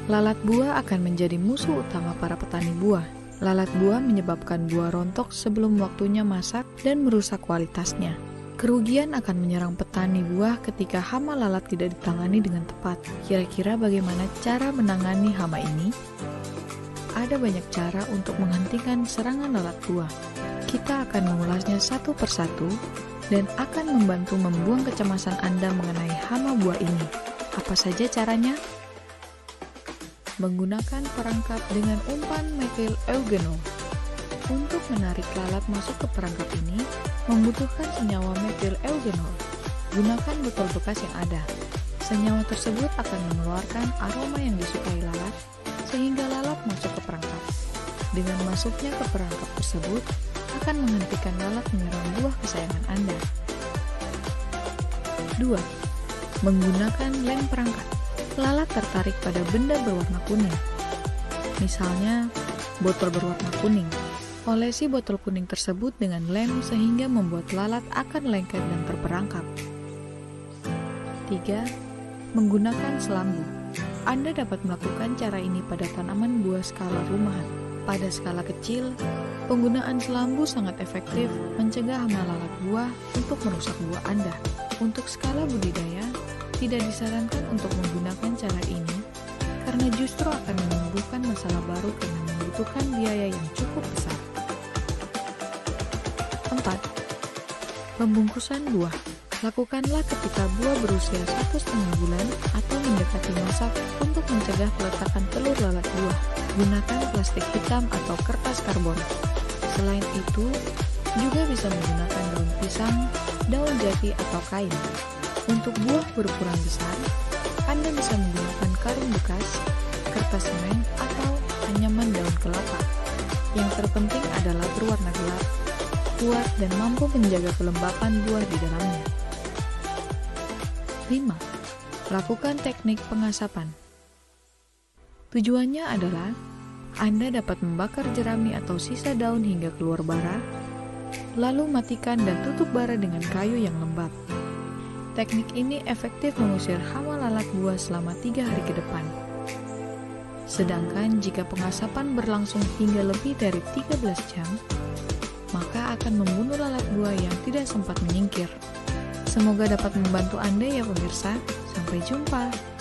Lalat buah akan menjadi musuh utama para petani buah. Lalat buah menyebabkan buah rontok sebelum waktunya masak dan merusak kualitasnya. Kerugian akan menyerang petani buah ketika hama lalat tidak ditangani dengan tepat. Kira-kira bagaimana cara menangani hama ini? Ada banyak cara untuk menghentikan serangan lalat buah. Kita akan mengulasnya satu persatu dan akan membantu membuang kecemasan Anda mengenai hama buah ini. Apa saja caranya? Menggunakan perangkap dengan umpan metil eugenol. Untuk menarik lalat masuk ke perangkap ini, membutuhkan senyawa metil eugenol. Gunakan botol bekas yang ada. Senyawa tersebut akan mengeluarkan aroma yang disukai lalat, sehingga lalat masuk ke perangkap. Dengan masuknya ke perangkap tersebut, akan menghentikan lalat menyerang buah kesayangan Anda. 2. Menggunakan lem perangkap. Lalat tertarik pada benda berwarna kuning. Misalnya, botol berwarna kuning. Olesi botol kuning tersebut dengan lem sehingga membuat lalat akan lengket dan terperangkap. 3. Menggunakan selambu. Anda dapat melakukan cara ini pada tanaman buah skala rumahan. Pada skala kecil, penggunaan selambu sangat efektif mencegah hama lalat buah untuk merusak buah Anda. Untuk skala budidaya, tidak disarankan untuk menggunakan cara ini karena justru akan menimbulkan masalah baru karena membutuhkan biaya yang cukup besar. 4. Pembungkusan buah. Lakukanlah ketika buah berusia 1,5 bulan atau mendekati masak untuk mencegah peletakan telur lalat buah. Gunakan plastik hitam atau kertas karbon. Selain itu, juga bisa menggunakan daun pisang, daun jati, atau kain. Untuk buah berukuran besar, Anda bisa menggunakan karung bekas, kertas semen, atau anyaman daun kelapa. Yang terpenting adalah berwarna gelap, kuat, dan mampu menjaga kelembapan buah di dalamnya. 5. Lakukan teknik pengasapan. Tujuannya adalah Anda dapat membakar jerami atau sisa daun hingga keluar bara, lalu matikan dan tutup bara dengan kayu yang lembab. Teknik ini efektif mengusir hama lalat buah selama 3 hari ke depan. Sedangkan jika pengasapan berlangsung hingga lebih dari 13 jam, maka akan membunuh lalat buah yang tidak sempat menyingkir. Semoga dapat membantu Anda ya pemirsa. Sampai jumpa.